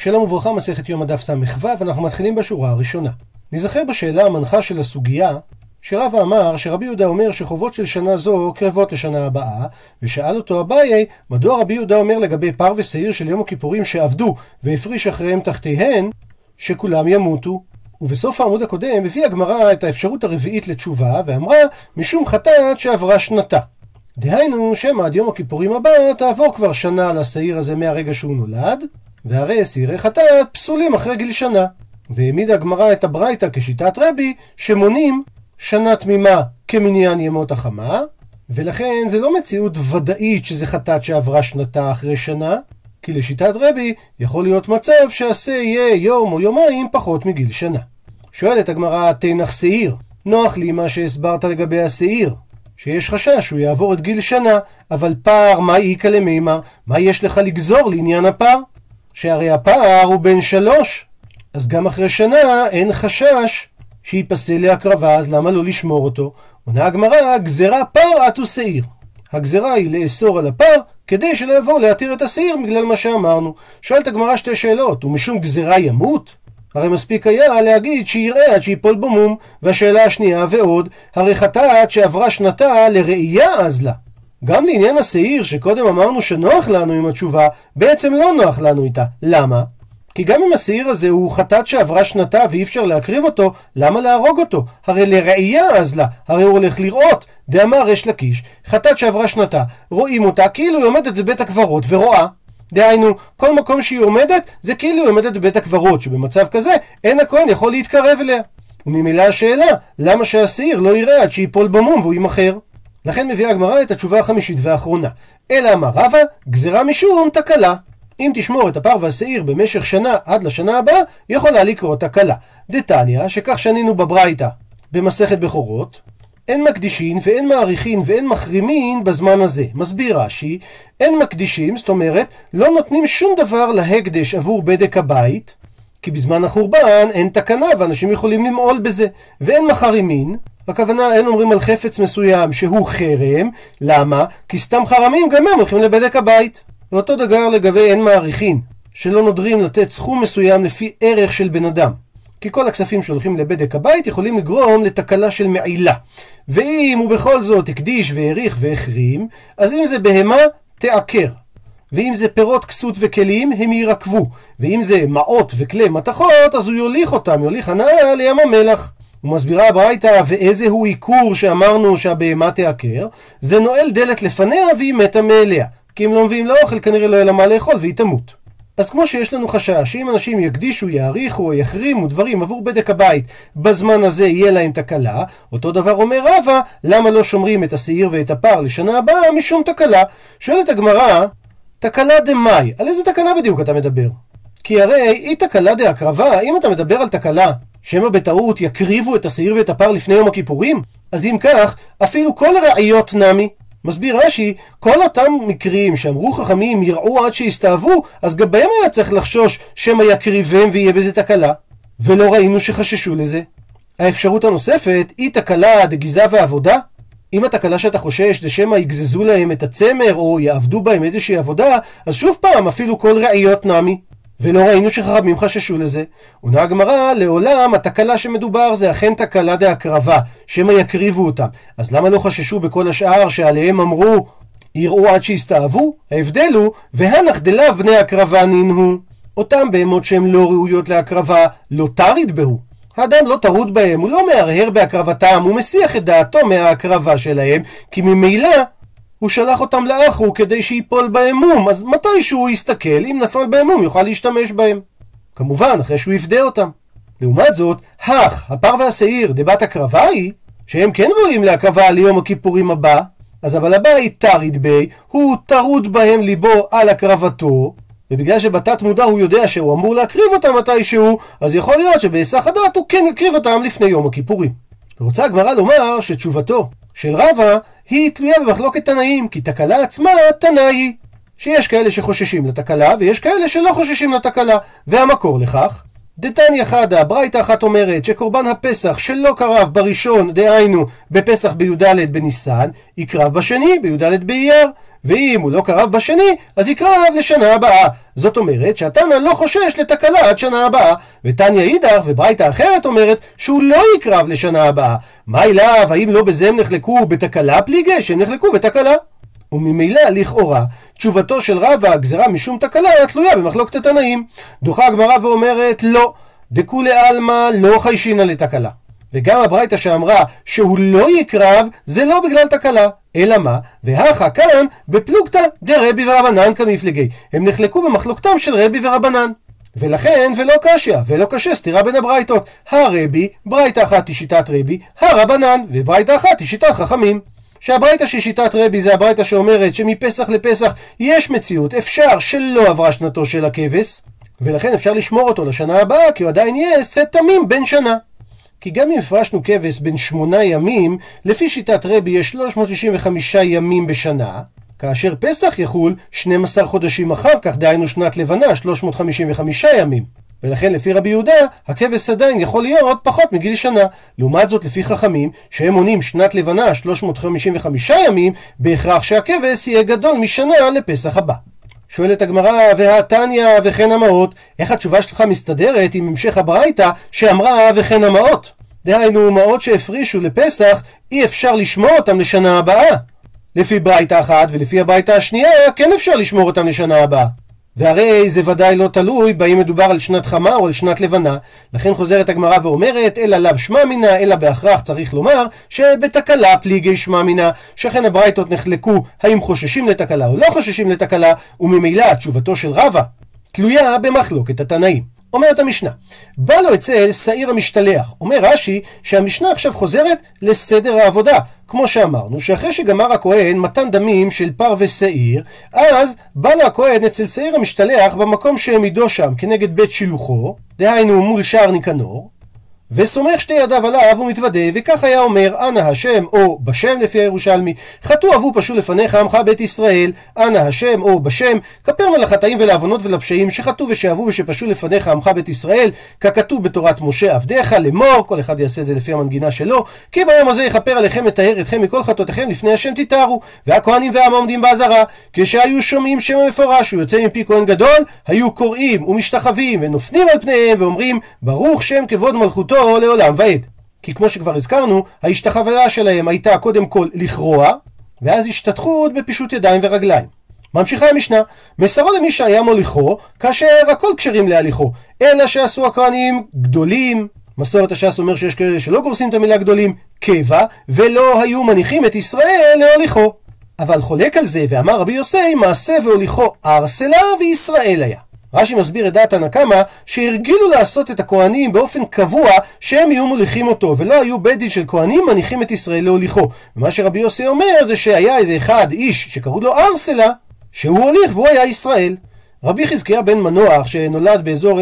שלום וברכה, מסכת יום הדף ס"ו, ואנחנו מתחילים בשורה הראשונה. נזכר בשאלה המנחה של הסוגיה, שרבא אמר שרבי יהודה אומר שחובות של שנה זו קרבות לשנה הבאה, ושאל אותו אביי, מדוע רבי יהודה אומר לגבי פר ושעיר של יום הכיפורים שעבדו והפריש אחריהם תחתיהן, שכולם ימותו? ובסוף העמוד הקודם הביא הגמרא את האפשרות הרביעית לתשובה, ואמרה משום חטאת שעברה שנתה. דהיינו שמא עד יום הכיפורים הבא תעבור כבר שנה על השעיר הזה מהרגע שהוא נולד, והרי שעירי חטאת פסולים אחרי גיל שנה. והעמידה הגמרא את הברייתא כשיטת רבי שמונים שנה תמימה כמניין ימות החמה, ולכן זה לא מציאות ודאית שזה חטאת שעברה שנתה אחרי שנה, כי לשיטת רבי יכול להיות מצב שהשה יהיה יום או יומיים פחות מגיל שנה. שואלת הגמרא, תנח שעיר, נוח לי מה שהסברת לגבי השעיר, שיש חשש שהוא יעבור את גיל שנה, אבל פר מה איקא למימר? מה יש לך לגזור לעניין הפר? שהרי הפר הוא בן 3, אז גם אחרי שנה אין חשש שיפסל להקרבה, אז למה לא לשמור אותו? עונה הגמרא, גזרה פר אתו שעיר. הגזרה היא לאסור על הפר כדי שלא יבוא להתיר את השעיר בגלל מה שאמרנו. שואלת הגמרא שתי שאלות, ומשום גזרה ימות? הרי מספיק היה להגיד שיראה עד שיפול בו מום. והשאלה השנייה ועוד, הרי חטאת שעברה שנתה לראייה אז לה. גם לעניין השעיר שקודם אמרנו שנוח לנו עם התשובה, בעצם לא נוח לנו איתה. למה? כי גם אם השעיר הזה הוא חטאת שעברה שנתה ואי אפשר להקריב אותו, למה להרוג אותו? הרי לראייה אז לה, הרי הוא הולך לראות. דאמר ריש לקיש, חטאת שעברה שנתה, רואים אותה כאילו היא עומדת בבית הקברות ורואה. דהיינו, כל מקום שהיא עומדת זה כאילו היא עומדת בבית הקברות, שבמצב כזה אין הכהן יכול להתקרב אליה. וממילא השאלה, למה שהשעיר לא יראה עד שיפול במום והוא יימכר? לכן מביאה הגמרא את התשובה החמישית והאחרונה. אלא אמר רבא, גזרה משום תקלה. אם תשמור את הפר והשעיר במשך שנה עד לשנה הבאה, יכולה לקרות תקלה. דתניא, שכך שנינו בברייתא במסכת בכורות, אין מקדישין ואין מעריכין ואין מחרימין בזמן הזה. מסביר רש"י, אין מקדישים, זאת אומרת, לא נותנים שום דבר להקדש עבור בדק הבית, כי בזמן החורבן אין תקנה ואנשים יכולים למעול בזה. ואין מחרימין, הכוונה אין אומרים על חפץ מסוים שהוא חרם. למה? כי סתם חרמים גם הם הולכים לבדק הבית. ואותו דבר לגבי אין מעריכין, שלא נודרים לתת סכום מסוים לפי ערך של בן אדם, כי כל הכספים שהולכים לבדק הבית יכולים לגרום לתקלה של מעילה. ואם הוא בכל זאת הקדיש והעריך והחרים, אז אם זה בהמה תעקר, ואם זה פירות כסות וכלים הם יירקבו, ואם זה מעות וכלי מתכות אז הוא יוליך אותם, יוליך הנאה לים המלח. ומסבירה הברייתא, ואיזה הוא עיקור שאמרנו שהבהמה תעקר? זה נועל דלת לפניה והיא מתה מאליה, כי אם לא מביאים לאוכל כנראה לא יהיה לה מה לאכול והיא תמות. אז כמו שיש לנו חשש שאם אנשים יקדישו, יעריכו או יחרימו דברים עבור בדק הבית, בזמן הזה יהיה להם תקלה, אותו דבר אומר רבא, למה לא שומרים את השעיר ואת הפר לשנה הבאה משום תקלה? שואלת הגמרא, תקלה דמאי, על איזה תקלה בדיוק אתה מדבר? כי הרי היא תקלה דהקרבה. אם אתה מדבר על תקלה שמא בטעות יקריבו את השעיר ואת הפר לפני יום הכיפורים, אז אם כך, אפילו כל הראיות נמי. מסביר רש"י, כל אותם מקרים שאמרו חכמים יראו עד שיסתאבו, אז גם בהם היה צריך לחשוש שמא יקריבם ויהיה בזה תקלה, ולא ראינו שחששו לזה. האפשרות הנוספת היא תקלה דגיזה ועבודה. אם התקלה שאתה חושש זה שמא יגזזו להם את הצמר או יעבדו בהם איזושהי עבודה, אז שוב פעם אפילו כל ראיות נמי, ולא ראינו שחכמים חששו לזה. עונה הגמרא, לעולם התקלה שמדובר זה אכן תקלה דהקרבה, שמא יקריבו אותם. אז למה לא חששו בכל השאר שעליהם אמרו יראו עד שיסתאבו? ההבדל הוא, והנח דלאו בני הקרבה נינהו. אותם בהמות שהן לא ראויות להקרבה לא תריד בהו. האדם לא טרוד בהם, הוא לא מהרהר בהקרבתם, הוא מסיח את דעתו מההקרבה שלהם, כי ממילא הוא שלח אותם לאחו כדי שיפול בהם מום, אז מתי שהוא יסתכל, אם נפל בהם מום יוכל להשתמש בהם, כמובן אחרי שהוא יפדה אותם. לעומת זאת, הפר והשעיר דבת הקרבה היא שהם כן ראויים להקרבה ליום הכיפורים הבא, אז הבעל הבית תריד בי, הוא טרוד בהם ליבו על הקרבתו, ובגלל שבתת מודע הוא יודע שהוא אמור להקריב אותם מתישהו, אז יכול להיות שבהיסח הדעת הוא כן יקריב אותם לפני יום הכיפורים. ורוצה הגמרא לומר שתשובתו של רבא היא תלויה במחלוקת תנאים, כי תקלה עצמה תנאי היא, שיש כאלה שחוששים לתקלה ויש כאלה שלא חוששים לתקלה. והמקור לכך, דתניא חדא, ברייתא אחת אומרת שקורבן הפסח שלא קרב בראשון, דהיינו בפסח בי"ד בניסן, יקרב בשני בי"ד באייר, ואם הוא לא קרב בשני, אז יקרב לשנה הבאה. זאת אומרת שהתנא לא חושש לתקלה עד שנה הבאה, ותניא אידך וברייתא אחרת אומרת שהוא לא יקרב לשנה הבאה. מה אליו, האם לא בזה הם נחלקו בתקלה פליגי, שהם נחלקו בתקלה? וממילא לכאורה תשובתו של רבא הגזרה משום תקלה תלויה במחלוקת התנאים. דוחה הגמרא ואומרת לא, דכולי עלמא לא חיישינא לתקלה. וגם הברייתא שאמרה שהוא לא יקרב זה לא בגלל תקלה, אלא מה? והכה כאן בפלוגתא דרבי ורבנן כמפלגי, הם נחלקו במחלוקתם של רבי ורבנן, ולכן ולא קשיא ולא קשה סתירה בין הברייתות. הרבי, ברייתא אחת היא שיטת רבי, הרבנן וברייתא אחת היא שיטת חכמים. שהברייתא של שיטת רבי זה הברייתא שאומרת שמפסח לפסח יש מציאות, אפשר שלא עברה שנתו של הכבש, ולכן אפשר לשמור אותו לשנה הבאה, כי הוא עדיין יהיה שא תמים בן שנה. כי גם אם הפרשנו כבש בין 8 ימים, לפי שיטת רבי יש 365 ימים בשנה, כאשר פסח יחול 12 חודשים אחר כך, דהיינו שנת לבנה, 355 ימים. ולכן לפי רבי יהודה, הכבש עדיין יכול להיות פחות מגיל שנה. לעומת זאת לפי חכמים, שהם עונים שנת לבנה 355 ימים, בהכרח שהכבש יהיה גדול משנה לפסח הבא. שואלת הגמרא, והתניא וכן המעות, איך התשובה שלך מסתדרת עם המשך הברייתא שאמרה וכן המעות? דהיינו, מעות שהפרישו לפסח, אי אפשר לשמור אותם לשנה הבאה. לפי ברייתא אחת ולפי הברייתא השנייה, כן אפשר לשמור אותם לשנה הבאה. והרי זה ודאי לא תלוי באם מדובר על שנת חמה או על שנת לבנה. לכן חוזרת הגמרא ואומרת, אלא לאו שמע מינא, אלא בהכרח צריך לומר שבתקלה פליגי שמע מינא, שכן הברייתות נחלקו האם חוששים לתקלה או לא חוששים לתקלה, וממילא תשובתו של רבא תלויה במחלוקת התנאים. אומרת המשנה, בא לו אצל שעיר המשתלח. אומר רש"י שהמשנה עכשיו חוזרת לסדר העבודה, כמו שאמרנו, שאחרי שגמר הכהן מתן דמים של פר ושעיר, אז בא לו הכהן אצל שעיר המשתלח במקום שהעמידו שם כנגד בית שילוחו, דהיינו מול שער ניקנור, וסומך שתי ידיו עליו ומתוודה, וכך היה אומר, אנא השם, או בשם לפי הירושלמי, חטאו אבו פשעו לפניך עמך בית ישראל, אנא השם, או בשם, כפר נא לחטאים ולעוונות ולפשעים שחטאו ושאבו ושפשעו לפניך עמך בית ישראל, ככתוב בתורת משה עבדיך לאמור. כל אחד יעשה את זה לפי המנגינה שלו, כי ביום הזה יכפר עליכם לטהר אתכם מכל חטאותיכם לפני השם תתארו. והכהנים והעם עומדים באזהרה, כשהיו שומעים שם המפורש הוא יוצא מפי כהן גדול, היו קוראים ומשתחווים ונופנים על פניהם ואומרים ברוך שם כבוד מלכותו לעולם ועד. כי כמו שכבר הזכרנו, ההשתחוויה שלהם הייתה קודם כל לכרוע, ואז השתתחות בפישוט ידיים ורגליים. ממשיכה המשנה, מסרו למי שהיה מוליכו, כאשר הכל כשרים להליכו, אלא שעשו הכהנים גדולים, מסורת הש"ס אומר שיש כאלה שלא גורסים את המילה גדולים, קבע, ולא היו מניחים את ישראל להוליכו. אבל חולק על זה, ואמר רבי יוסי, מעשה והוליכו ארסלה וישראל היה. רש"י מסביר את דעת תנא קמא שהרגילו לעשות את הכהנים באופן קבוע שהם יהיו מוליכים אותו, ולא היו בית דין של כהנים מניחים את ישראל להוליכו. ומה שרבי יוסי אומר זה שהיה איזה אחד איש שקראו לו ארסלה, שהוא הוליך והוא היה ישראל. רבי חזקיה בן מנוח שנולד באזור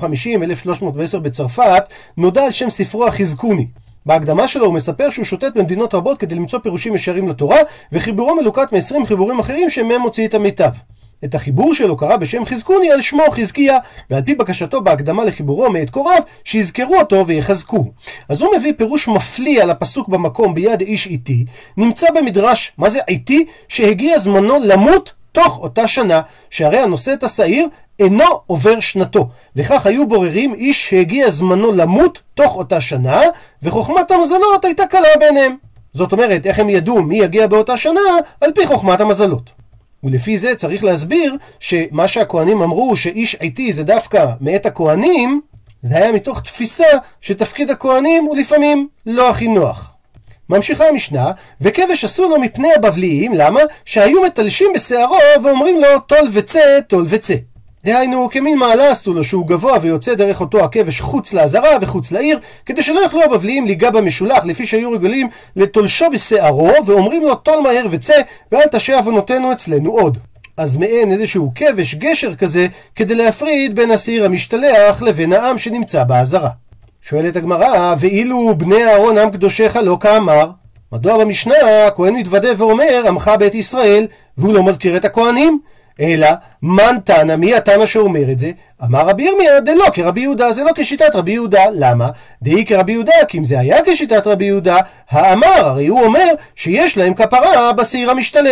1250-1310 בצרפת, נודע על שם ספרו החזקוני. בהקדמה שלו הוא מספר שהוא שוטט במדינות רבות כדי למצוא פירושים ישרים לתורה, וחיבורו מלוקט מ-20 חיבורים אחרים שמהם מוציא את המיטב. את החיבור שלו קרא בשם חזקוני על שמו חזקיה, ועל פי בקשתו בהקדמה לחיבורו מאת קוריו שיזכרו אותו ויחזקו. אז הוא מביא פירוש מפליא על הפסוק במקום ביד איש איתי, נמצא במדרש. מה זה איתי? שהגיע זמנו למות תוך אותה שנה, שהרי הנושא את השעיר אינו עובר שנתו. לכך היו בוררים איש שהגיע זמנו למות תוך אותה שנה, וחוכמת המזלות הייתה קלה ביניהם. זאת אומרת, איך הם ידעו מי יגיע באותה שנה? על פי חוכמת המזלות. ולפי זה צריך להסביר שמה שהכהנים אמרו שאיש עיתי זה דווקא מאת הכהנים, זה היה מתוך תפיסה שתפקיד הכהנים הוא לפעמים לא הכי נוח. ממשיכה המשנה, וכבש עשו לו מפני הבבליים, למה? שהיו מטלשים בשערו ואומרים לו תול וצא, תול וצא. דהיינו, כמין מעלה עשו לו שהוא גבוה ויוצא דרך אותו הכבש חוץ לעזרה וחוץ לעיר, כדי שלא יוכלו הבבליים ליגע במשולח, לפי שהיו רגולים לתולשו בשערו, ואומרים לו תול מהר וצא, ואל תשע עוונותינו אצלנו עוד. אז מעין איזשהו כבש גשר כזה, כדי להפריד בין השעיר המשתלח לבין העם שנמצא בעזרה. שואלת הגמרא, ואילו בני אהרון עם קדושך לא כאמר? מדוע במשנה הכהן מתוודה ואומר עמך בית ישראל, והוא לא מזכיר את הכהנים? אלא, מן תנא, מי התנא שאומר את זה? אמר רבי ירמיה, דלא כרבי יהודה, זה לא כשיטת רבי יהודה. למה? דהי כרבי יהודה, כי אם זה היה כשיטת רבי יהודה, האמר, הרי הוא אומר שיש להם כפרה בשעיר המשתלח.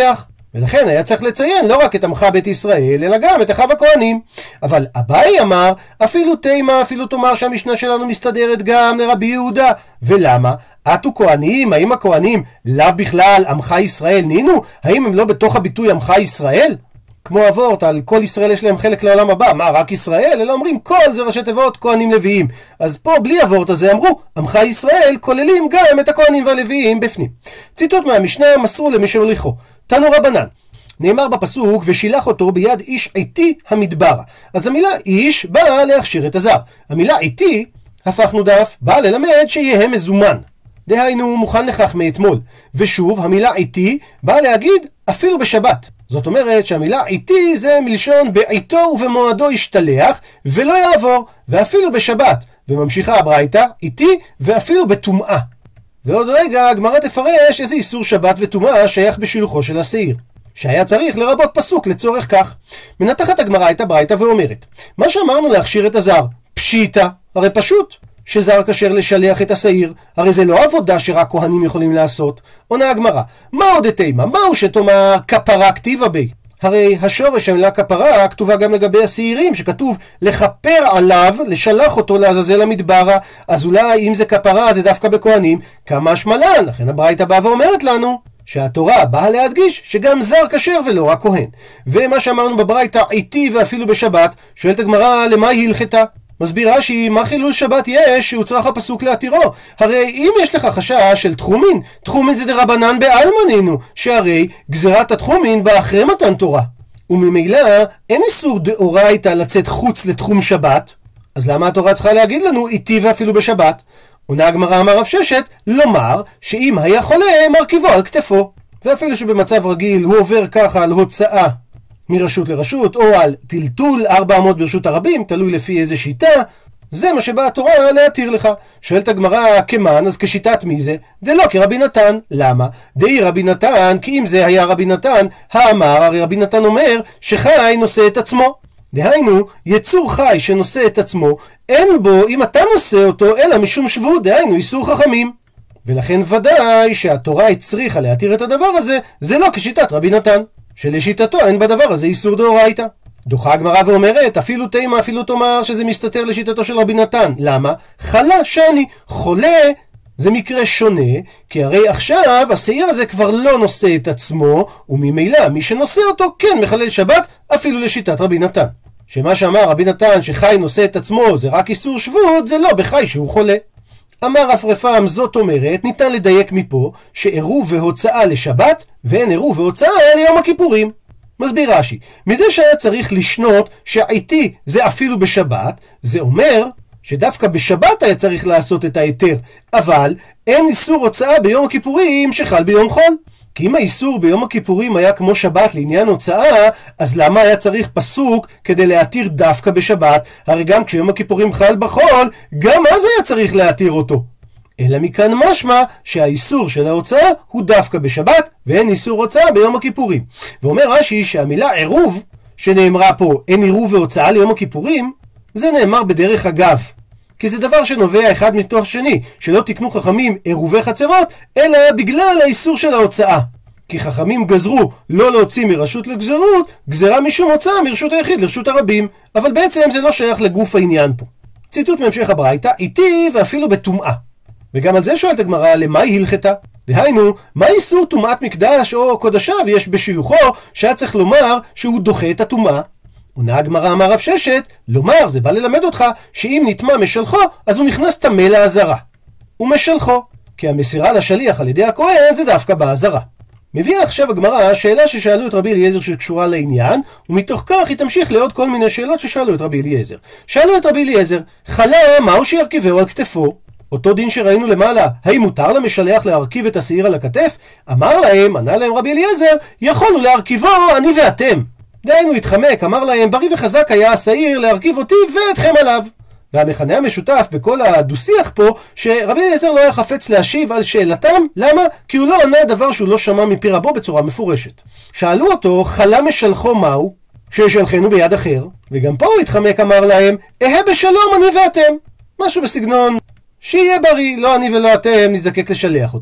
ולכן היה צריך לציין לא רק את עמך בית ישראל, אלא גם את אחיו הכהנים. אבל אביי אמר, אפילו תימה, אפילו תאמר שהמשנה שלנו מסתדרת גם לרבי יהודה. ולמה? עתו כהנים, האם הכהנים לאו בכלל עמך ישראל נינו? האם הם לא בתוך הביטוי עמך ישראל? כמו אבות, על כל ישראל יש להם חלק לעולם הבא. מה, רק ישראל? אלא אומרים כל זה ראשי תיבות כהנים לוויים. אז פה בלי אבות הזה אמרו, עמך ישראל כוללים גם את הכהנים והלוויים בפנים. ציטוט מהמשנה, מסרו למי שהוליכו. תנו רבנן, נאמר בפסוק, ושילח אותו ביד איש עיתי המדברה. אז המילה איש באה להכשיר את הזר. המילה עיתי, הפכנו דף, באה ללמד שיהיה מזומן. דהיינו מוכן לכך מאתמול. ושוב, המילה עיתי באה להגיד אפילו בשבת. זאת אומרת שהמילה עיתי זה מלשון בעיתו ובמועדו ישתלח ולא יעבור, ואפילו בשבת. וממשיכה הברייתא, עיתי ואפילו בטומאה. ועוד רגע הגמרא תפרש איזה איסור שבת וטומאה שייך בשילוחו של השעיר, שהיה צריך לרבות פסוק לצורך כך. מנתחת הגמרא את הברייתא ואומרת, מה שאמרנו להכשיר את הזר, פשיטא, הרי פשוט שזר כשר לשלח את השעיר, הרי זה לא עבודה שרק כהנים יכולים לעשות. עונה הגמרא, מה עוד תימה? מהו שתאמר כפרה כתיבה בי? הרי השורש המילה כפרה כתובה גם לגבי השעירים, שכתוב לכפר עליו, לשלח אותו לעזאזל המדברה. אז אולי אם זה כפרה זה דווקא בכהנים, כמה שמלן. לכן הברייתא באה ואומרת לנו שהתורה באה להדגיש שגם זר כשר ולא רק כהן. ומה שאמרנו בברייתא עיתי ואפילו בשבת, שואלת הגמרא למה היא הלכתה? מסביר רש"י, מה חילול שבת יש שהוצרך הפסוק להתירו? הרי אם יש לך חשש של תחומין, תחומין זה דרבנן בעלמא נינו, שהרי גזירת התחומין באה אחרי מתן תורה. וממילא אין איסור דאורייתא לצאת חוץ לתחום שבת, אז למה התורה צריכה להגיד לנו איתי ואפילו בשבת? עונה הגמרא אמר רב ששת, לומר שאם היה חולה מרכיבו על כתפו, ואפילו שבמצב רגיל הוא עובר ככה על הוצאה מרשות לרשות, או על טלטול 400 ברשות הרבים, תלוי לפי איזה שיטה, זה מה שבאה התורה להתיר לך. שואלת הגמרא, כמן, אז כשיטת מי זה? דלא כרבי נתן. למה? דאי רבי נתן, כי אם זה היה רבי נתן, האמר, הרי רבי נתן אומר שחי נושא את עצמו. דהיינו, יצור חי שנושא את עצמו, אין בו אם אתה נושא אותו, אלא משום שבות, דהיינו איסור חכמים. ולכן ודאי שהתורה הצריכה להתיר את הדבר הזה, זה לא כשיטת רבי נתן, שלשיטתו אין בדבר הזה איסור דאורייתא. דוחה הגמרא ואומרת, אפילו תימה, אפילו תאמר שזה מסתתר לשיטתו של רבי נתן. למה? חלה שני, חולה זה מקרה שונה, כי הרי עכשיו השעיר הזה כבר לא נושא את עצמו, וממילא מי שנושא אותו כן מחלל שבת, אפילו לשיטת רבי נתן. שמה שאמר רבי נתן שחי נושא את עצמו זה רק איסור שבות, זה לא בחי שהוא חולה. אמר רב רפאם, זאת אומרת, ניתן לדייק מפה שעירוב והוצאה לשבת, ואין עירוב והוצאה ליום הכיפורים. מסביר רש"י, מזה שהיה צריך לשנות שעיתי זה אפילו בשבת, זה אומר שדווקא בשבת היה צריך לעשות את ההיתר, אבל אין איסור הוצאה ביום הכיפורים שחל ביום חול. כי אם האיסור ביום הכיפורים היה כמו שבת לעניין הוצאה, אז למה היה צריך פסוק כדי להתיר דווקא בשבת? הרי גם כשיום הכיפורים חל בחול, גם אז היה צריך להתיר אותו. אלא מכאן משמע שהאיסור של ההוצאה הוא דווקא בשבת, ואין איסור הוצאה ביום הכיפורים. ואומר רש"י שהמילה עירוב שנאמרה פה, אין עירוב והוצאה ליום הכיפורים, זה נאמר בדרך אגב. כי זה דבר שנובע אחד מתוך שני, שלא תקנו חכמים עירובי חצרות, אלא בגלל האיסור של ההוצאה. כי חכמים גזרו לא להוציא מרשות לגזרות, גזרה משום הוצאה מרשות היחיד לרשות הרבים, אבל בעצם זה לא שייך לגוף העניין פה. ציטוט מהמשך הברייתא, איתי ואפילו בטומאה. וגם על זה שואלת הגמרא, למה היא הלכתה? דהיינו, מה איסור טומאת מקדש או קודשיו יש בשילוחו, שהיה צריך לומר שהוא דוחה את הטומאה? עונה הגמרא אמר רב ששת, לומר זה בא ללמד אותך שאם נטמא משלחו, אז הוא נכנס טמא לעזרה. ומשלחו, כי המסירה לשליח על ידי הכהן זה דווקא בעזרה. מביאה עכשיו הגמרא שאלה ששאלו את רבי אליעזר שקשורה לעניין, ומתוך כך היא תמשיך לעוד כל מיני שאלות ששאלו את רבי אליעזר. שאלו את רבי אליעזר, חלה מהו שירכיבהו על כתפו? אותו דין שראינו למעלה, האם מותר למשלח להרכיב את השעיר על הכתף? אמר להם, ענה להם רבי אליעזר, יכולנו להרכיבו אני ואתם. דהיינו התחמק, אמר להם, בריא וחזק היה השעיר להרכיב אותי ואתכם עליו. והמכנה המשותף בכל הדו-שיח פה, שרבי אליעזר לא היה חפץ להשיב על שאלתם. למה? כי הוא לא עונה דבר שהוא לא שמע מפי רבו בצורה מפורשת. שאלו אותו, חלה משלחו מהו? שישלחנו ביד אחר. וגם פה הוא התחמק, אמר להם, אהה בשלום אני ואתם. משהו בסגנון, שיהיה בריא, לא אני ולא אתם נזקק לשלח אותו.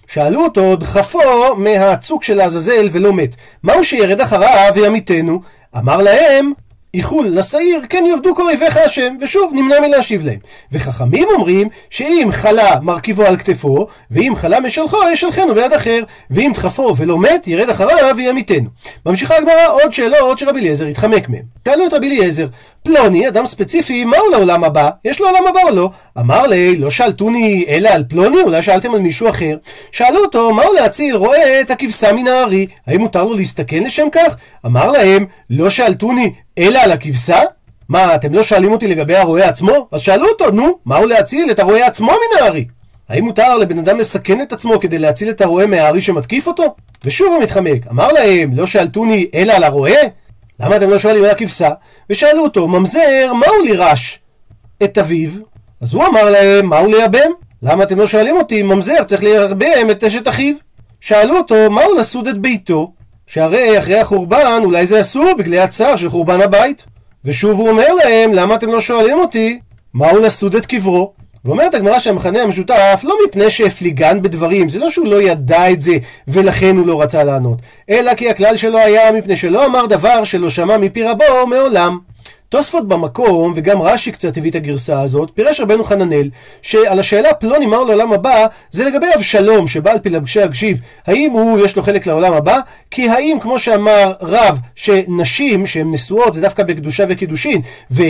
שאלו אותו, דחפו מהצוק של העזאזל ולא מת, מהו שירד אחריו וימיתנו? אמר להם, איחול לשעיר, כן יעבדו כל אויביך השם, ושוב נמנע מלהשיב להם. וחכמים אומרים שאם חלה מרכיבו על כתפו, ואם חלה משלחו ישלחנו ביד אחר, ואם דחפו ולא מת ירד אחריו וימיתנו. ממשיכה הגמרא עוד שאלות שרבי אליעזר התחמק מהם. שאלו את רבי אליעזר, פלוני, אדם ספציפי, מהו לעולם הבא? יש לו עולם הבא או לא? אמר לי, לא שאלתוני אלא על פלוני, אולי שאלתם על מישהו אחר. שאלו אותו, מהו להציל רואה את הכבשה מן הארי? האם מותר לו להסתכן לשם כך? אמר להם, לא שאלתוני אלא על הכבשה? מה, אתם לא שואלים אותי לגבי הרועה עצמו? אז שאלו אותו, נו, מהו להציל את הרועה עצמו מן הארי? האם מותר לבן אדם לסכן את עצמו כדי להציל את הרועה מהארי שמתקיף אותו? ושוב הוא מתחמק, אמר להם, לא שאלתוני אלא על הרועה? למה אתם לא שואלים על הכבשה? ושאלו אותו, ממזר, מהו לירש את אביו? אז הוא אמר להם, מהו לייבם? למה אתם לא שואלים אותי, ממזר צריך לייבם את אשת אחיו? שאלו אותו, מהו לסוד את ביתו? שהרי אחרי החורבן אולי זה אסור בגלל הצער של חורבן הבית. ושוב הוא אומר להם, למה אתם לא שואלים אותי, מהו לסוד את קברו? ואומרת הגמרא שהמכנה המשותף לא מפני שהפליגן בדברים, זה לא שהוא לא ידע את זה ולכן הוא לא רצה לענות, אלא כי הכלל שלו היה מפני שלא אמר דבר שלא שמע מפי רבו מעולם. תוספות במקום, וגם רש"י קצת הביא את הגרסה הזאת, פירש רבנו חננאל, שעל השאלה פלוני מהו לעולם הבא, זה לגבי אבשלום שבעל פילגשי הגשיב, האם הוא יש לו חלק לעולם הבא, כי האם כמו שאמר רב, שנשים שהן נשואות זה דווקא בקדושה וקידושין,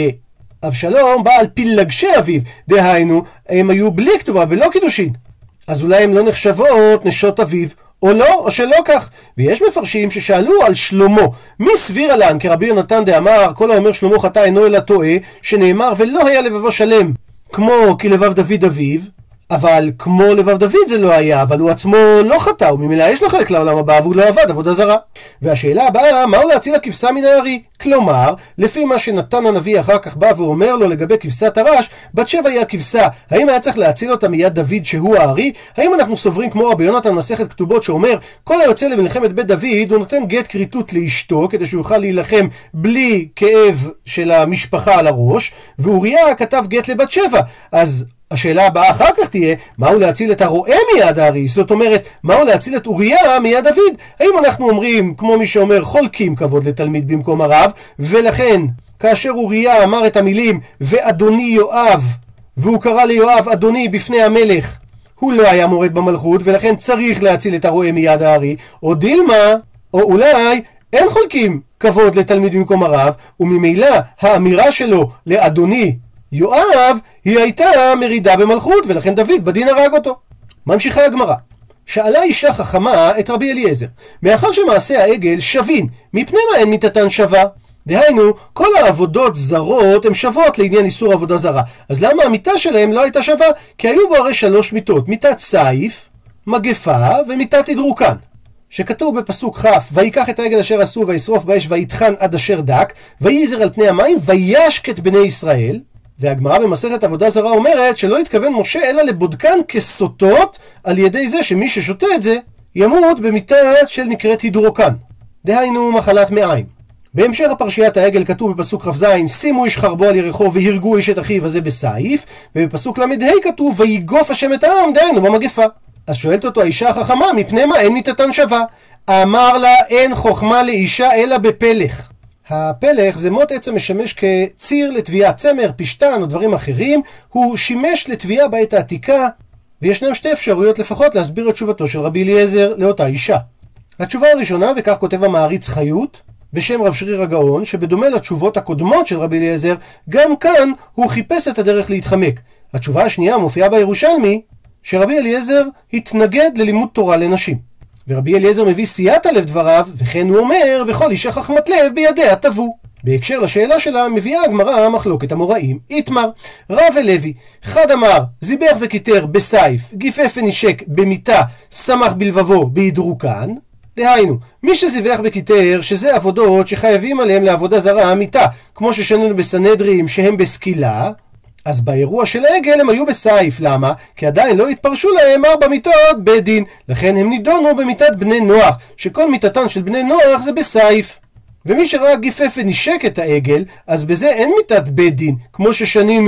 אבשלום בא על פילגשי אביו, דהיינו, הם היו בלי כתובה, בלא קידושין. אז אולי הם לא נחשבות נשות אביו, או לא, או שלא כך. ויש מפרשים ששאלו על שלמה, מי סביר עלן, כרבי יונתן דאמר, כל האומר שלמה חטא אינו אלא טועה, שנאמר ולא היה לבבו שלם, כמו כי לבב דוד אביו, אבל כמו לבב דוד זה לא היה, אבל הוא עצמו לא חטא, וממילא יש לו חלק לעולם הבא, והוא לא עבד עבודה זרה. והשאלה הבאה, מהו להציל הכבשה מן הארי? כלומר, לפי מה שנתן הנביא אחר כך בא ואומר לו לגבי כבשת הרש, בת שבע היא הכבשה, האם היה צריך להציל אותה מיד דוד שהוא הארי? האם אנחנו סוברים כמו רבי יונתן מסכת כתובות שאומר, כל היוצא למלחמת בית דוד, הוא נותן גט כריתות לאשתו, כדי שהוא יוכל להילחם בלי כאב של המשפחה על הראש, ואוריה כתב גט לבת שבע, אז השאלה הבאה אחר כך תהיה, מהו להציל את הרועה מיד הארי? זאת אומרת, מהו להציל את אוריה מיד דוד? האם אנחנו אומרים, כמו מי שאומר, חולקים כבוד לתלמיד במקום הרב, ולכן, כאשר אוריה אמר את המילים, ואדוני יואב, והוא קרא ליואב אדוני בפני המלך, הוא לא היה מורד במלכות, ולכן צריך להציל את הרועה מיד הארי, או דילמה, או אולי, אין חולקים כבוד לתלמיד במקום הרב, וממילא האמירה שלו לאדוני יואב היא הייתה מרידה במלכות, ולכן דוד בדין הרג אותו. ממשיכה הגמרא, שאלה אישה חכמה את רבי אליעזר, מאחר שמעשה העגל שווין, מפני מה אין מיתתן שווה? דהיינו, כל העבודות זרות הן שוות לעניין איסור עבודה זרה, אז למה המיתה שלהם לא הייתה שווה? כי היו בו הרי 3 מיתות, מיתת סייף, מגפה ומיתת תדרוקן, שכתוב בפסוק כ', ויקח את העגל אשר עשו וישרוף באש ויטחן עד אשר דק, וייזר על פני המים וישק את בני ישראל. והגמרא במסכת עבודה זרה אומרת שלא התכוון משה אלא לבודקן כסוטות, על ידי זה שמי ששותה את זה ימות במיתה של נקראת הידרוקן, דהיינו מחלת מעיים. בהמשך הפרשיית העגל כתוב בפסוק כ"ז, שימו איש חרבו על ירחו והרגו איש את אחיו, הזה בסייף, ובפסוק ל"ה כתוב ויגוף השם את העם, דהיינו במגפה. אז שואלת אותו האישה החכמה, מפני מה אין מיתתן שווה? אמר לה, אין חוכמה לאישה אלא בפלך. הפלך זה מוט עצם משמש כציר לתביעת צמר, פשטן או דברים אחרים, הוא שימש לתביעה בעת העתיקה, וישנם 2 אפשרויות לפחות להסביר את תשובתו של רבי אליעזר לאותה אישה. התשובה הראשונה, וכך כותב המעריץ חיות, בשם רב שריר הגאון, שבדומה לתשובות הקודמות של רבי אליעזר, גם כאן הוא חיפש את הדרך להתחמק. התשובה השנייה מופיעה בירושלמי, שרבי אליעזר התנגד ללימוד תורה לנשים. ורבי אליעזר מביא סייעתא לדבריו, וכן הוא אומר, וכל אישה חכמת לב בידיה תבוא. בהקשר לשאלה שלה מביאה הגמרא מחלוקת המוראים. איתמר, רב ולוי, אחד אמר זיבח וכיתר בסייף, גיפף ונשק במיתה, שמח בלבבו בהידרוקן. דהיינו, מי שזיבח וכיתר, שזה עבודות שחייבים עליהם לעבודה זרה אמיתה, כמו ששנינו בסנהדרין שהם בסקילה, אז באירוע של העגל הם היו בסייף. למה? כי עדיין לא התפרשו להם 4 מיתות בית דין, לכן הם נידונו במיתת בני נוח, שכל מיתתן של בני נוח זה בסייף. ומי שראה גיפף ונשק את העגל, אז בזה אין מיתת בית דין, כמו ששנינו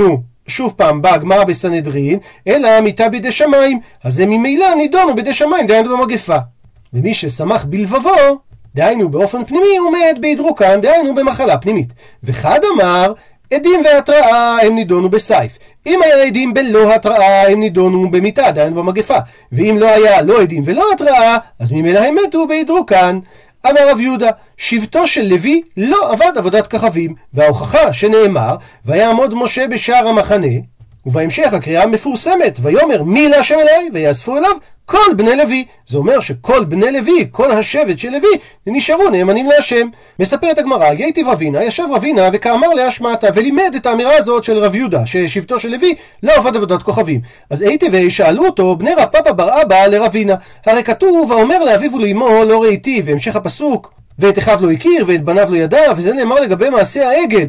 שוב פעם באה הגמרא בסנהדרין, אלא מיתה בידי שמיים, אז הם ממילא נידונו בידי שמיים, דהיינו במגפה. ומי ששמח בלבבו, דהיינו באופן פנימי, הוא מת בהידרוקן, דהיינו במחלה פנימית. וחד אמר, עדים והתראה הם נידונו בסייף. אם היה עדים בלא התראה הם נידונו במיתה, דהיינו במגפה. ואם לא היה לא עדים ולא התראה, אז ממילא הם מתו בהידרוקן. אמר רב יהודה, שבטו של לוי לא עבד עבודת כוכבים, וההוכחה שנאמר, ויעמוד משה בשער המחנה, ובהמשך הקריאה המפורסמת, ויאמר מי להשם אליי, ויאספו אליו כל בני לוי. זה אומר שכל בני לוי, כל השבט של לוי, נשארו נאמנים להשם. מספרת הגמרא, יתיב רבינה, ישב רבינה וכאמר להשמעתה, ולימד את האמירה הזאת של רב יהודה, ששבטו של לוי לא עבד עבודת כוכבים. אז הייתי שאלו אותו בני רב פאפא בר אבא לרבינה, הרי כתוב, האומר לאביו ולאמו לא ראיתי, והמשך הפסוק, ואת אחיו לא הכיר ואת בניו לא ידע, וזה נאמר לגבי מעשי העגל,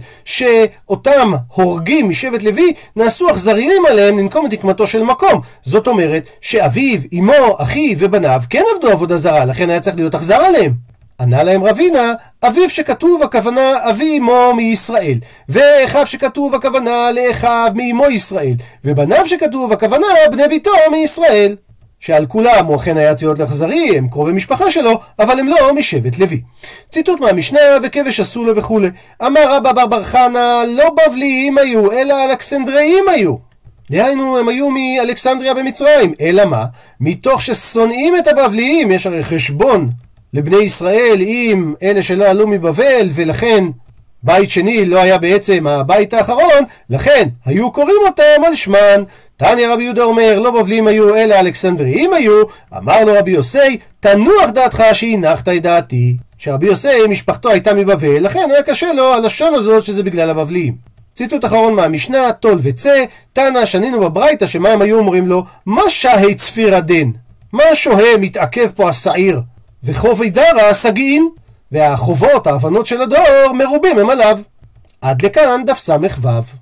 שאותם הורגים משבט לוי נעשו אכזריים עליהם לנקום את נקמתו של מקום. זאת אומרת שאביו, אמו, אחי ובניו כן עבדו עבודה זרה, לכן היה צריך להיות אכזר עליהם. ענה להם רבינה, אביו שכתוב הכוונה אבי אמו מישראל, ואחיו שכתוב הכוונה לאחיו מאמו ישראל, ובניו שכתוב הכוונה בני ביתו מישראל. שעל כולם הוא אכן היה צריך להיות אכזרי, הם קרובי משפחה שלו, אבל הם לא משבט לוי. ציטוט מהמשנה, וכבש עשו לו וכו'. אמר רבא בר בר חנא, לא בבליים היו, אלא אלכסנדריים היו. דהיינו, הם היו מאלכסנדריה במצרים. אלא מה? מתוך ששונאים את הבבליים, יש הרי חשבון לבני ישראל עם אלה שלא עלו מבבל, ולכן בית שני לא היה בעצם הבית האחרון, לכן היו קוראים אותם על שמן. תניא רבי יהודה אומר, לא בבליים היו אלא אלכסנדריים היו. אמר לו רבי יוסי, תנוח דעתך שהנחת את דעתי. שרבי יוסי משפחתו הייתה מבבל, לכן היה קשה לו הלשון הזאת שזה בגלל הבבליים. ציטוט אחרון מהמשנה, תול וצא, תנא שנינו בברייתא שמה הם היו אומרים לו, מה שהי צפיר הדן? מה שוהה מתעכב פה השעיר? וחובי דרא הסגין? והחובות, ההבנות של הדור מרובים הם עליו. עד לכאן דף ס"ו.